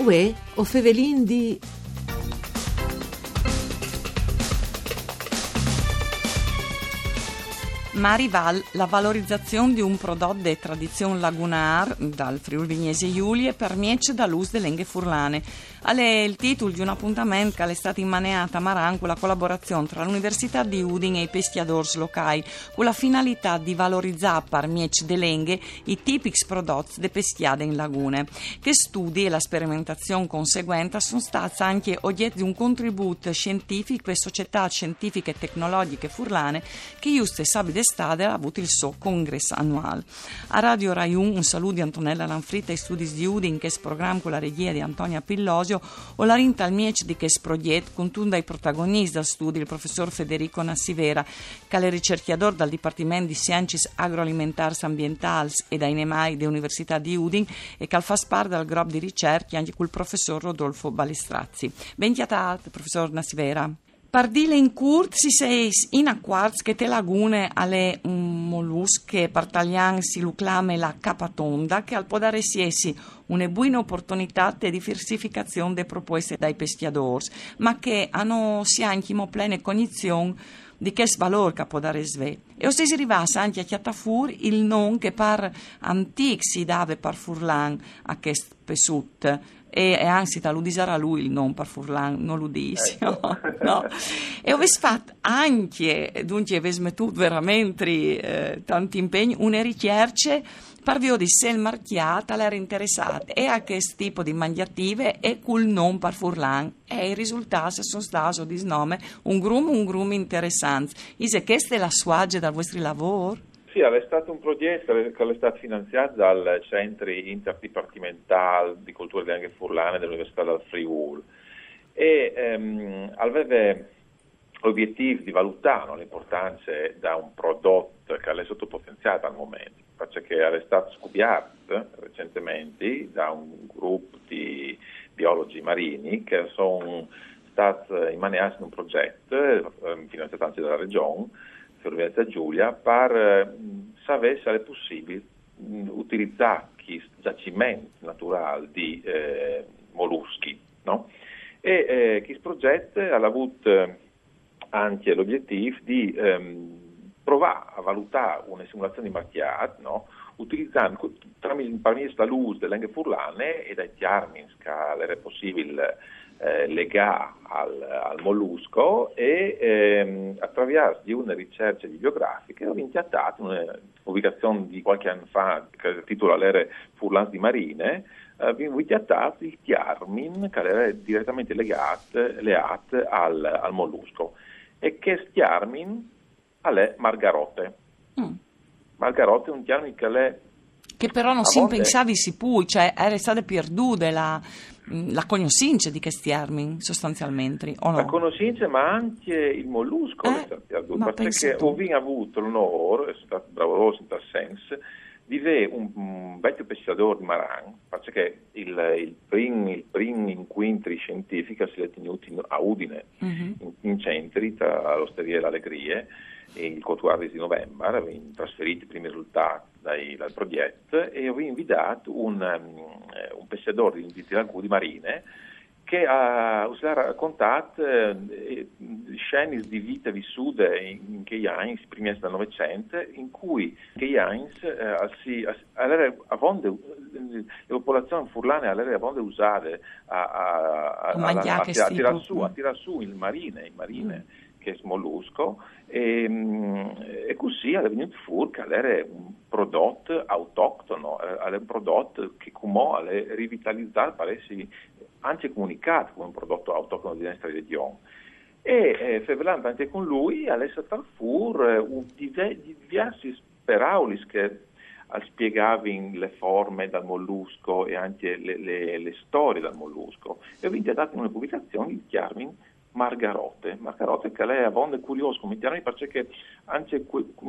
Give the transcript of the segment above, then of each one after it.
Uè, o fevelin di... Marival, la valorizzazione di un prodotto de tradizione lagunar dal Friuli Vignese Giulie permiette dall'uso delle lingue furlane. È il titolo di un appuntamento che è stato immaneato a Maran con la collaborazione tra l'Università di Udine e i peschiadores locali con la finalità di valorizzare permiette delle lingue i tipici prodotti de peschiade in lagune. Che studi e la sperimentazione conseguente sono stati anche oggetto di un contributo scientifico e società scientifiche e tecnologiche furlane che giusto sabato d'estate ha avuto il suo congresso annuale. A Radio Rai 1 un saluto di Antonella Lanfritta e studi di Udine che è programma con la regia di Antonia Pillosio o la rinta al miec di che progetto con tutti i protagonisti del studio il professor Federico Nassivera che è ricercatore dal Dipartimento di Sciences Agroalimentars Ambientals e dai NEMAI dell'Università di Udine e che fa parte del gruppo di ricerca anche col professor Rodolfo Balestrazzi. Ben chiatat, professor Nassivera. Pardile in curt si seis in acquarts che te lagune alle mollusche partaglian si luclame la capatonda che al podare siesi una buona opportunità di diversificazione delle proposte dai peschiadores, ma che hanno si anche plena cognizione di che valore che può dare sve. E o se si rivassa anche a chiattafur il non che par antic si dava per furlan a che pesut. E anzi lo disarà lui il non per furlan, non lo dici, no? E avessi fatto anche, dunque avessi messo veramente tanti impegni, una ricerca per via di se il marchiata era interessata e a che tipo di mangiative e col non per furlan e i risultati sono stati di nome un grum interessante. Ise che è la suagge dal vostro lavoro? Sì, è stato un progetto che è stato finanziato dal Centro Interdipartimentale di Cultura delle Lingue Furlane dell'Università del Friuli e aveva l'obiettivo di valutare l'importanza di un prodotto che è sottopotenziato al momento, perché è stato scoperto recentemente da un gruppo di biologi marini che sono stati immaneati in un progetto finanziato anche dalla Regione Friuli Giulia per sapere se è possibile utilizzare questo giacimento naturale di molluschi, no? E questo progetto ha avuto anche l'obiettivo di provare a valutare una simulazione di marchiata, no? Utilizzando tramite l'uso delle lingue furlane e dai termini che era possibile legare al mollusco e attraverso di una ricerca bibliografica ho inchiattato un'ubicazione di qualche anno fa che il titolo era Furlans di Marine, abbiamo inchiattato il termine che era direttamente legato al mollusco e che termine è margarote. Margarote è un termine che però non si pensavi si può, cioè era stata perduta la conoscenza di questi termini sostanzialmente, o no? La conoscenza ma anche il mollusco è stato perduto, perché ho avuto l'onore, è stato bravoso in tal senso, di avere un vecchio pescatore di Maran, perché il primo incontri scientifici si è tenuto a Udine, in centri, tra l'Osteria e l'Allegrie, il 14 di novembre, abbiamo trasferito i primi risultati dal progetto e ho invitato un pescatore di Tiralcù Marine che ha raccontato scene di vita vissute in quegli anni, primi anni del Novecento, in cui quegli anni la popolazione furlane avevano usato a tirare su il marine che è mollusco e così è venuto fuori che era un prodotto autoctono, era un prodotto che come è rivitalizzato, paresse anche comunicato come un prodotto autoctono di nostra regione. E parlando anche con lui, è stato fuori diversi sperauli che spiegavano le forme del mollusco e anche le storie del mollusco. E ho dato una pubblicazione di termini margarote che lei è abbastanza curioso come termine perché anche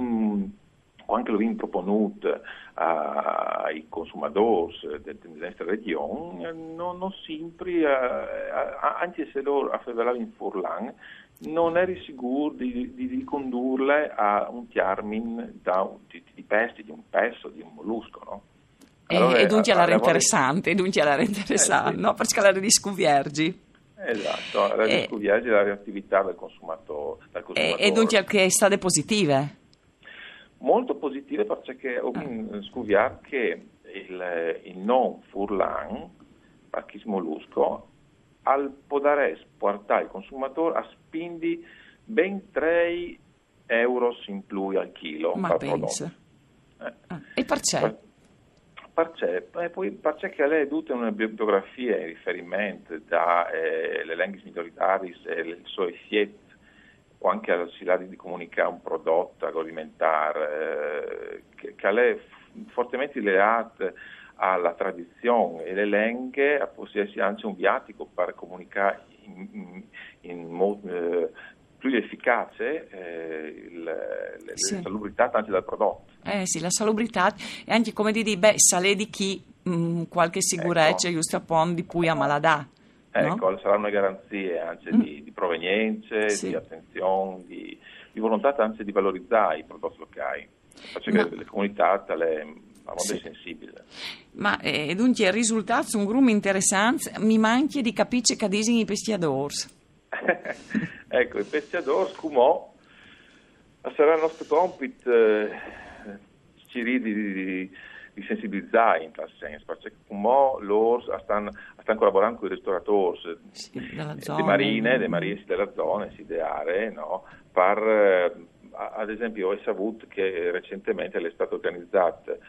anche lo abbiamo proponuto ai consumatori della nostra regione, non sempre, anche se loro afferravano in Furlan, non eri sicuro di ricondurle a un termine di pesti, di un pezzo, di un mollusco, no? Allora, e dunque era interessante, sì. no? Perché era di scuviergi. Esatto, la riscuviergi la reattività del consumatore. E dunque che è state positive? Molto positive perché ho scoperto che il non Furlan, perché mollusco, al podares portare il consumatore a spindi ben 3 euro in più al chilo. Ma pensa. E perché? Perché lei ha tutte una biografia in riferimento dalle lingue minoritarie e il suo effetto, o anche alla possibilità di comunicare un prodotto agroalimentare, che lei fortemente legata alla tradizione e le lingue, può essere anche un viatico per comunicare in modo più efficace la salubrità anche del prodotto. Sì, la salubrità e anche come dire, sale di chi qualche sicurezza, giusto di cui a maladà. Ecco, no? Saranno garanzie anche di provenienze, sì. di attenzione, di volontà anche di valorizzare i prodotti locali, perché le comunità è sensibile. Ma dunque il risultato è un gruppo interessante, mi manchi di capire che dicono i pesciadori. Ecco, i pesciadori come sarà il nostro compito di sensibilizzare in tal senso, perché come loro stanno collaborando con i ristoratori di marine della zona, delle aree, no? Per, ad esempio, ho saputo che recentemente è stato organizzato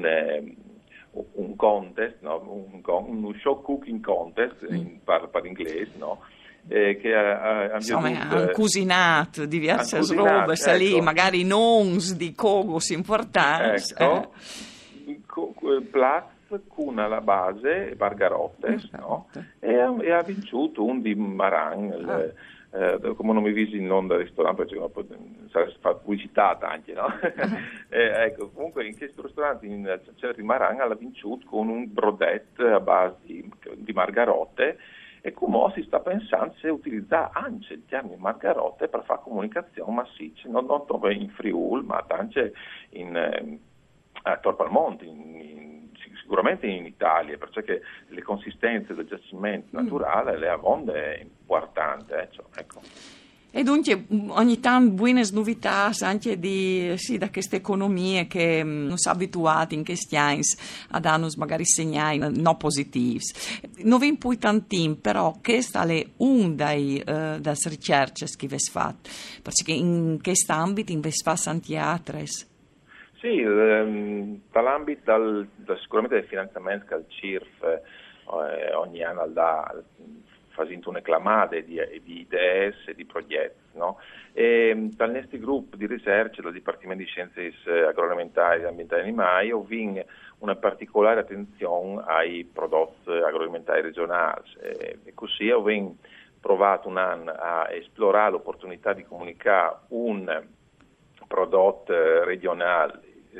un contest, no? un show cooking contest per inglese, no? Che hanno cucinato diverse robe, lì magari non di cogos importanti. Ecco, Platz con alla base Margarotte, no? E ha vinto un di Maran, come non mi visi in onda al ristorante, perché sarebbe fa pubblicità anche, no? Ecco, comunque in questo ristorante in Cerri Maran ha vinto con un brodet a base di Margarotte. E come si sta pensando se utilizzare anche il termine Margarotte per fare comunicazione massiccia, non solo in Friuli, ma anche a Torpalmonte, sicuramente in Italia, perché le consistenze del giacimento naturale le avonde è importante. Ecco. E dunque ogni tanto buone novità anche da queste economie che non sono abituati in questi anni a darnos magari segnali non positivi. Non vi poi tantin, però che sta le dalle ricerche che vi fatto, perché in questo ambito vi fa anche altre. Sì, dall'ambito sicuramente del finanziamento che il CIRF ogni anno dà, facendo una clamata di idee e di progetti, no? E dal nostro gruppo di ricerca del Dipartimento di Scienze Agroalimentari e Ambientali Animali ho vinto una particolare attenzione ai prodotti agroalimentari regionali e così ho provato un anno a esplorare l'opportunità di comunicare un prodotto regionale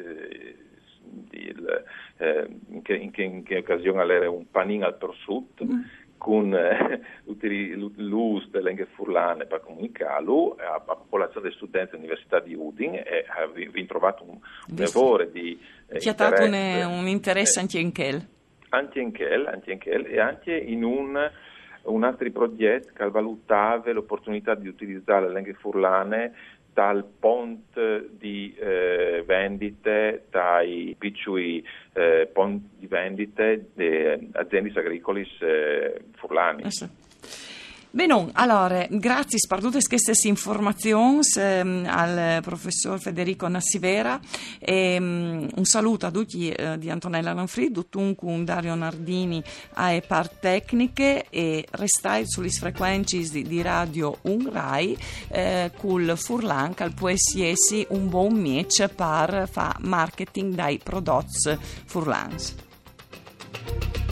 in che occasione era un panin al prosciutto con l'uso delle lingue furlane per comunicarlo alla popolazione degli studenti dell'Università di Udine e abbiamo trovato un lavoro di c'è stato un interesse anche in quel. Anche in quel e anche in un altro progetto che valutava l'opportunità di utilizzare le lingue furlane dal ponte di vendite, dai piccoli ponti di vendite di aziende agricole furlani. Bene, allora, grazie per tutte queste informazioni al professor Federico Nassivera e un saluto a tutti di Antonella Lanfrid, con Dario Nardini a part tecniche e restai sulle frequenze di Radio Rai col Furlan che può essere un buon match per fare marketing dai prodotti furlans.